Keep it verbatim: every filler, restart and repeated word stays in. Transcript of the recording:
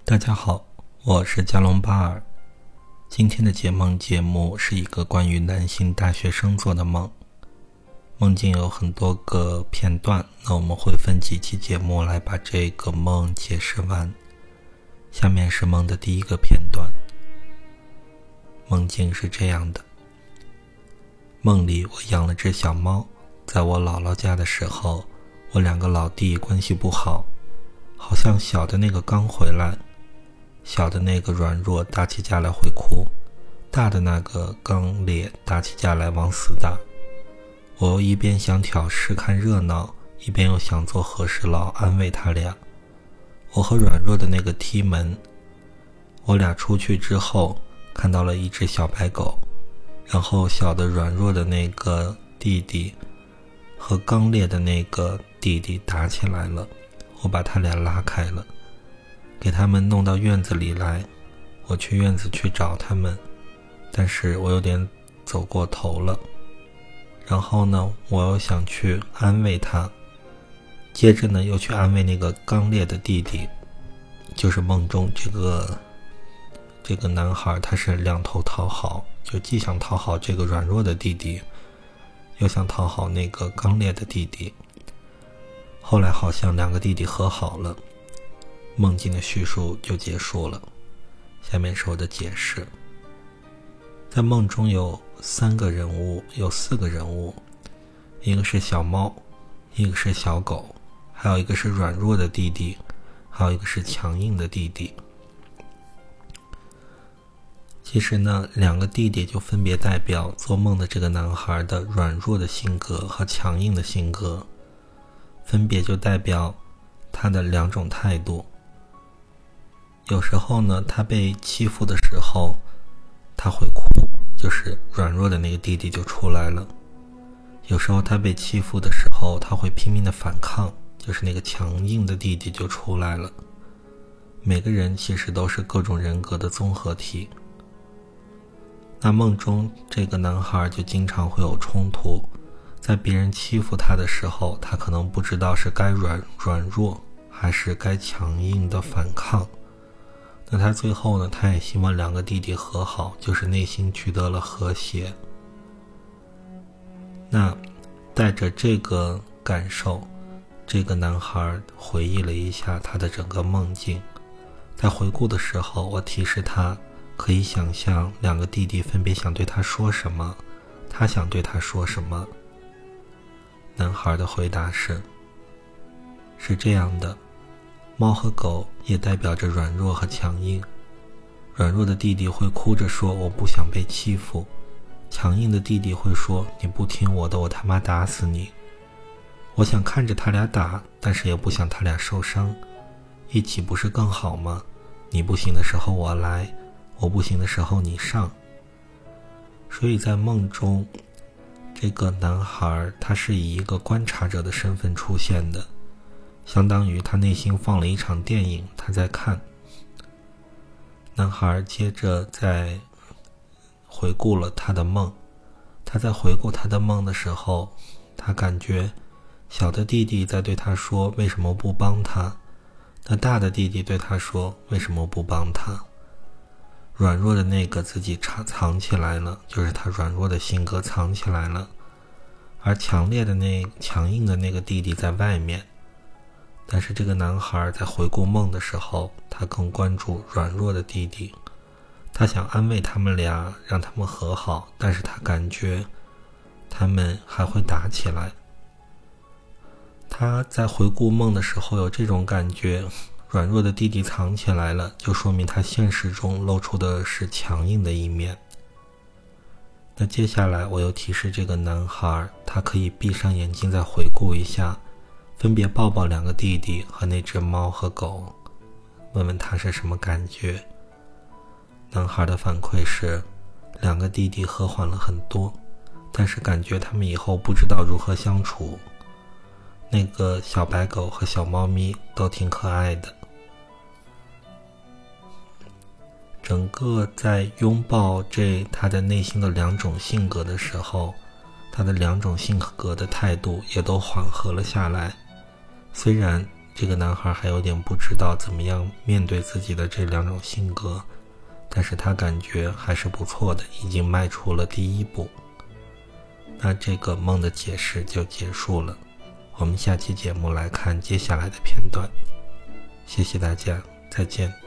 大家好，我是加隆巴尔。今天的解梦节目是一个关于男性大学生做的梦，梦境有很多个片段，那我们会分几期节目来把这个梦解释完。下面是梦的第一个片段。梦境是这样的，梦里我养了只小猫，在我姥姥家的时候，我两个老弟关系不好，好像小的那个刚回来，小的那个软弱打起架来会哭，大的那个刚烈打起架来往死打。我一边想挑事看热闹，一边又想做和事佬安慰他俩。我和软弱的那个踢门，我俩出去之后看到了一只小白狗，然后小的软弱的那个弟弟和刚烈的那个弟弟打起来了，我把他俩拉开了，给他们弄到院子里来。我去院子去找他们，但是我有点走过头了。然后呢，我又想去安慰他，接着呢又去安慰那个刚烈的弟弟。就是梦中这个这个男孩，他是两头讨好，就既想讨好这个软弱的弟弟，又想讨好那个刚烈的弟弟。后来好像两个弟弟和好了，梦境的叙述就结束了。下面是我的解释。在梦中有三个人物，有四个人物，一个是小猫，一个是小狗，还有一个是软弱的弟弟，还有一个是强硬的弟弟。其实呢，两个弟弟就分别代表做梦的这个男孩的软弱的性格和强硬的性格，分别就代表他的两种态度。有时候呢，他被欺负的时候他会哭，就是软弱的那个弟弟就出来了。有时候他被欺负的时候他会拼命的反抗，就是那个强硬的弟弟就出来了。每个人其实都是各种人格的综合体。那梦中这个男孩就经常会有冲突，在别人欺负他的时候，他可能不知道是该软软弱还是该强硬的反抗。那他最后呢，他也希望两个弟弟和好，就是内心取得了和谐。那带着这个感受，这个男孩回忆了一下他的整个梦境。在回顾的时候，我提示他可以想象两个弟弟分别想对他说什么，他想对他说什么。男孩的回答是是这样的，猫和狗也代表着软弱和强硬。软弱的弟弟会哭着说我不想被欺负，强硬的弟弟会说你不听我的，我他妈打死你。我想看着他俩打，但是也不想他俩受伤，一起不是更好吗？你不行的时候我来，我不行的时候你上。所以在梦中，这个男孩他是以一个观察者的身份出现的，相当于他内心放了一场电影，他在看。男孩接着在回顾了他的梦，他在回顾他的梦的时候，他感觉小的弟弟在对他说为什么不帮他，那大的弟弟对他说为什么不帮他。软弱的那个自己藏藏起来了，就是他软弱的性格藏起来了，而强烈的那强硬的那个弟弟在外面。但是这个男孩在回顾梦的时候，他更关注软弱的弟弟，他想安慰他们俩，让他们和好，但是他感觉他们还会打起来。他在回顾梦的时候有这种感觉，软弱的弟弟藏起来了，就说明他现实中露出的是强硬的一面。那接下来我又提示这个男孩，他可以闭上眼睛再回顾一下，分别抱抱两个弟弟和那只猫和狗，问问他是什么感觉。男孩的反馈是两个弟弟和缓了很多，但是感觉他们以后不知道如何相处。那个小白狗和小猫咪都挺可爱的。整个在拥抱这他的内心的两种性格的时候，他的两种性格的态度也都缓和了下来。虽然这个男孩还有点不知道怎么样面对自己的这两种性格，但是他感觉还是不错的，已经迈出了第一步。那这个梦的解释就结束了，我们下期节目来看接下来的片段。谢谢大家，再见。